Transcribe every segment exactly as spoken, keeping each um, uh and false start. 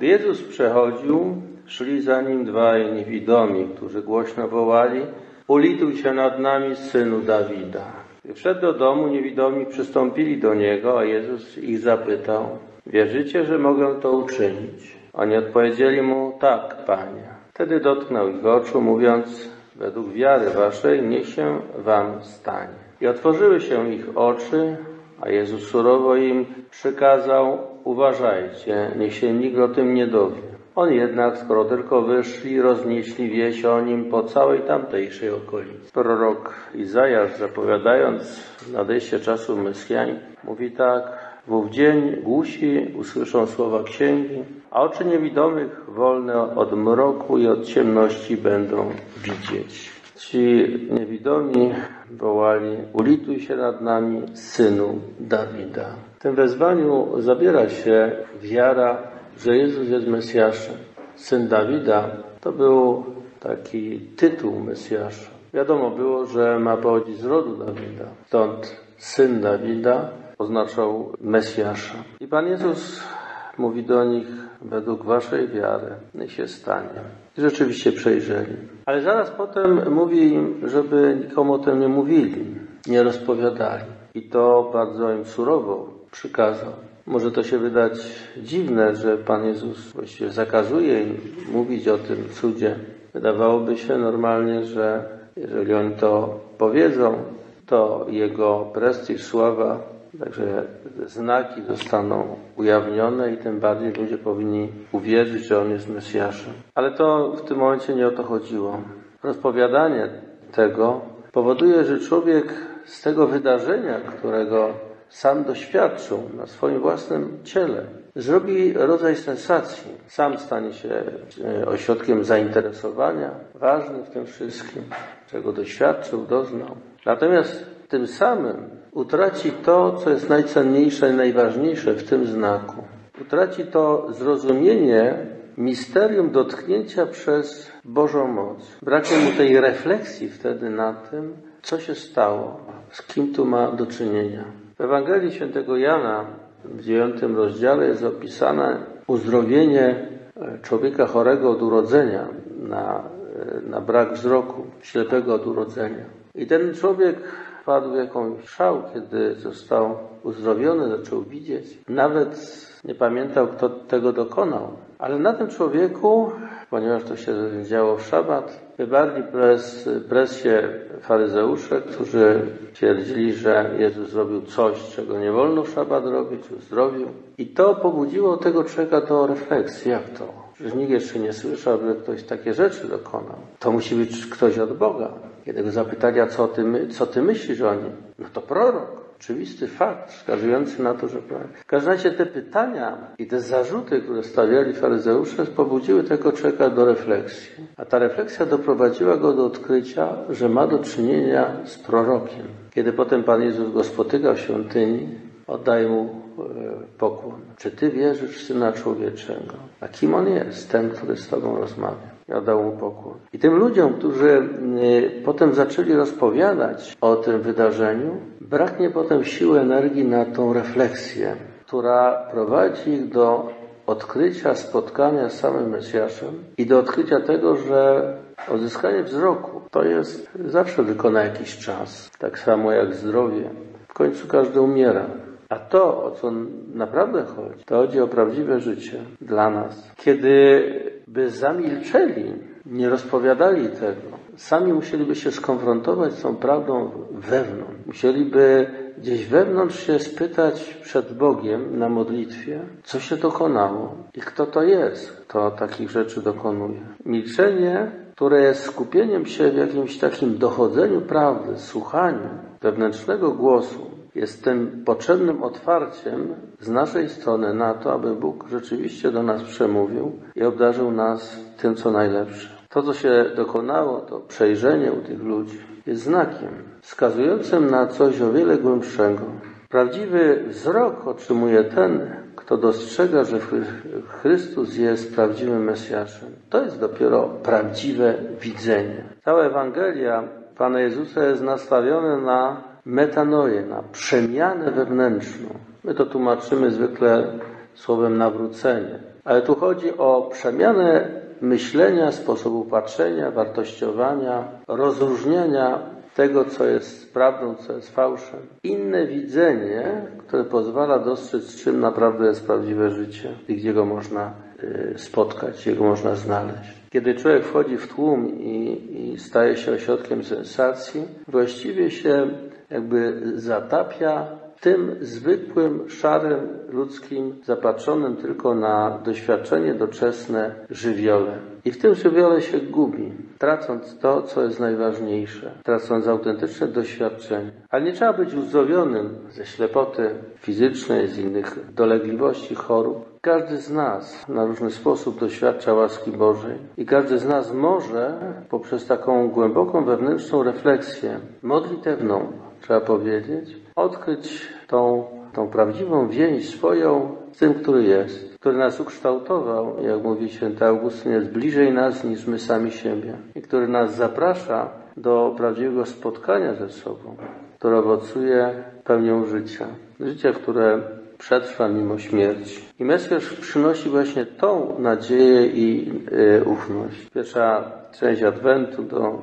Gdy Jezus przechodził, szli za nim dwaj niewidomi, którzy głośno wołali: ulituj się nad nami, Synu Dawida. Gdy wszedł do domu, niewidomi przystąpili do niego, a Jezus ich zapytał: wierzycie, że mogę to uczynić? Oni odpowiedzieli mu: tak, Panie. Wtedy dotknął ich oczu, mówiąc: według wiary waszej niech się wam stanie. I otworzyły się ich oczy, a Jezus surowo im przykazał: uważajcie, niech się nikt o tym nie dowie. Oni jednak, skoro tylko wyszli, roznieśli wieść o nim po całej tamtejszej okolicy. Prorok Izajasz, zapowiadając nadejście czasu Mesjańskiego, mówi tak: w ów dzień głusi usłyszą słowa księgi, a oczy niewidomych wolne od mroku i od ciemności będą widzieć. Ci niewidomi wołali: ulituj się nad nami, Synu Dawida. W tym wezwaniu zabiera się wiara, że Jezus jest Mesjaszem. Syn Dawida to był taki tytuł Mesjasza. Wiadomo było, że ma pochodzić z rodu Dawida. Stąd Syn Dawida oznaczał Mesjasza. I Pan Jezus mówi do nich: według waszej wiary niech się stanie. I rzeczywiście przejrzeli. Ale zaraz potem mówi im, żeby nikomu o tym nie mówili, nie rozpowiadali. I to bardzo im surowo przykazał. Może to się wydać dziwne, że Pan Jezus właściwie zakazuje im mówić o tym cudzie. Wydawałoby się normalnie, że jeżeli oni to powiedzą, to Jego prestiż, sława, także znaki zostaną ujawnione i tym bardziej ludzie powinni uwierzyć, że On jest Mesjaszem. Ale to w tym momencie nie o to chodziło. Rozpowiadanie tego powoduje, że człowiek z tego wydarzenia, którego sam doświadczył na swoim własnym ciele, zrobi rodzaj sensacji. Sam stanie się ośrodkiem zainteresowania, ważny w tym wszystkim, czego doświadczył, doznał. Natomiast tym samym utraci to, co jest najcenniejsze i najważniejsze w tym znaku. Utraci to zrozumienie misterium dotknięcia przez Bożą moc. Braknie mu tej refleksji wtedy na tym, co się stało, z kim tu ma do czynienia. W Ewangelii Świętego Jana w dziewiątym rozdziale jest opisane uzdrowienie człowieka chorego od urodzenia na, na brak wzroku, ślepego od urodzenia. I ten człowiek wpadł w jakąś szał, kiedy został uzdrowiony, zaczął widzieć. Nawet nie pamiętał, kto tego dokonał. Ale na tym człowieku, ponieważ to się działo w szabat, wywarli pres, presję faryzeusze, którzy twierdzili, że Jezus zrobił coś, czego nie wolno w szabat robić, uzdrowił. I to pobudziło tego człowieka do refleksji. Jak to? Przecież nikt jeszcze nie słyszał, że ktoś takie rzeczy dokonał. To musi być ktoś od Boga. Kiedy go zapytali: a co ty, co ty myślisz o nim? No to prorok. Oczywisty fakt wskazujący na to, że prorok. W każdym razie te pytania i te zarzuty, które stawiali faryzeusze, pobudziły tego człowieka do refleksji. A ta refleksja doprowadziła go do odkrycia, że ma do czynienia z prorokiem. Kiedy potem Pan Jezus go spotyka w świątyni, oddaje mu pokłon. Czy ty wierzysz w Syna Człowieczego? A kim On jest? Ten, który z tobą rozmawia. I oddał mu pokłon. I tym ludziom, którzy potem zaczęli rozpowiadać o tym wydarzeniu, braknie potem siły, energii na tą refleksję, która prowadzi ich do odkrycia spotkania z samym Mesjaszem i do odkrycia tego, że odzyskanie wzroku to jest zawsze tylko na jakiś czas. Tak samo jak zdrowie. W końcu każdy umiera. A to, o co naprawdę chodzi, to chodzi o prawdziwe życie dla nas. Kiedy by zamilczeli, nie rozpowiadali tego, sami musieliby się skonfrontować z tą prawdą wewnątrz. Musieliby gdzieś wewnątrz się spytać przed Bogiem na modlitwie, co się dokonało i kto to jest, kto takich rzeczy dokonuje. Milczenie, które jest skupieniem się w jakimś takim dochodzeniu prawdy, słuchaniu wewnętrznego głosu, jest tym potrzebnym otwarciem z naszej strony na to, aby Bóg rzeczywiście do nas przemówił i obdarzył nas tym, co najlepsze. To, co się dokonało, to przejrzenie u tych ludzi jest znakiem wskazującym na coś o wiele głębszego. Prawdziwy wzrok otrzymuje ten, kto dostrzega, że Chrystus jest prawdziwym Mesjaszem. To jest dopiero prawdziwe widzenie. Cała Ewangelia Pana Jezusa jest nastawiona na metanoję, na przemianę wewnętrzną. My to tłumaczymy zwykle słowem nawrócenie. Ale tu chodzi o przemianę myślenia, sposobu patrzenia, wartościowania, rozróżniania tego, co jest prawdą, co jest fałszem. Inne widzenie, które pozwala dostrzec, czym naprawdę jest prawdziwe życie i gdzie go można y, spotkać, gdzie go można znaleźć. Kiedy człowiek wchodzi w tłum i, i staje się ośrodkiem sensacji, właściwie się jakby zatapia tym zwykłym, szarym, ludzkim, zapatrzonym tylko na doświadczenie doczesne żywiole. I w tym żywiole się gubi, tracąc to, co jest najważniejsze, tracąc autentyczne doświadczenie. Ale nie trzeba być uzdrowionym ze ślepoty fizycznej, z innych dolegliwości, chorób. Każdy z nas na różny sposób doświadcza łaski Bożej i każdy z nas może poprzez taką głęboką wewnętrzną refleksję, modlitewną, trzeba powiedzieć, odkryć tą, tą prawdziwą więź swoją z tym, który jest, który nas ukształtował, jak mówi święty Augustyn, jest bliżej nas niż my sami siebie i który nas zaprasza do prawdziwego spotkania ze sobą, które owocuje pełnią życia. Życie, które przetrwa mimo śmierci. I Mesjasz przynosi właśnie tą nadzieję i y, ufność. Pierwsza część Adwentu do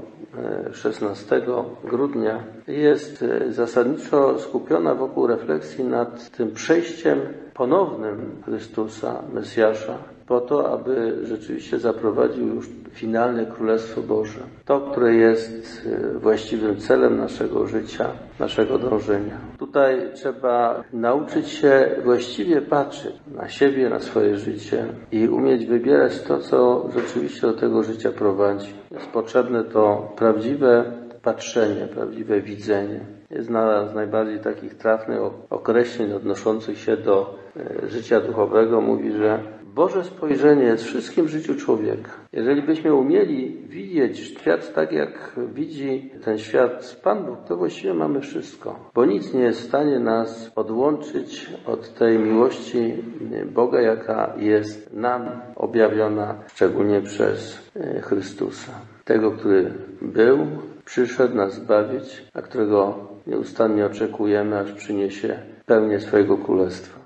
szesnastego grudnia jest zasadniczo skupiona wokół refleksji nad tym przejściem ponownym Chrystusa, Mesjasza, po to, aby rzeczywiście zaprowadził już finalne Królestwo Boże. To, które jest właściwym celem naszego życia, naszego dążenia. Tutaj trzeba nauczyć się właściwie patrzeć na siebie, na swoje życie i umieć wybierać to, co rzeczywiście do tego życia prowadzi. Jest potrzebne to prawdziwe patrzenie, prawdziwe widzenie. Jest jedna z najbardziej takich trafnych określeń odnoszących się do życia duchowego. Mówi, że Boże spojrzenie jest wszystkim w życiu człowieka. Jeżeli byśmy umieli widzieć świat tak, jak widzi ten świat Pan Bóg, to właściwie mamy wszystko. Bo nic nie jest w stanie nas odłączyć od tej miłości Boga, jaka jest nam objawiona, szczególnie przez Chrystusa. Tego, który był, przyszedł nas zbawić, a którego nieustannie oczekujemy, aż przyniesie pełnię swojego królestwa.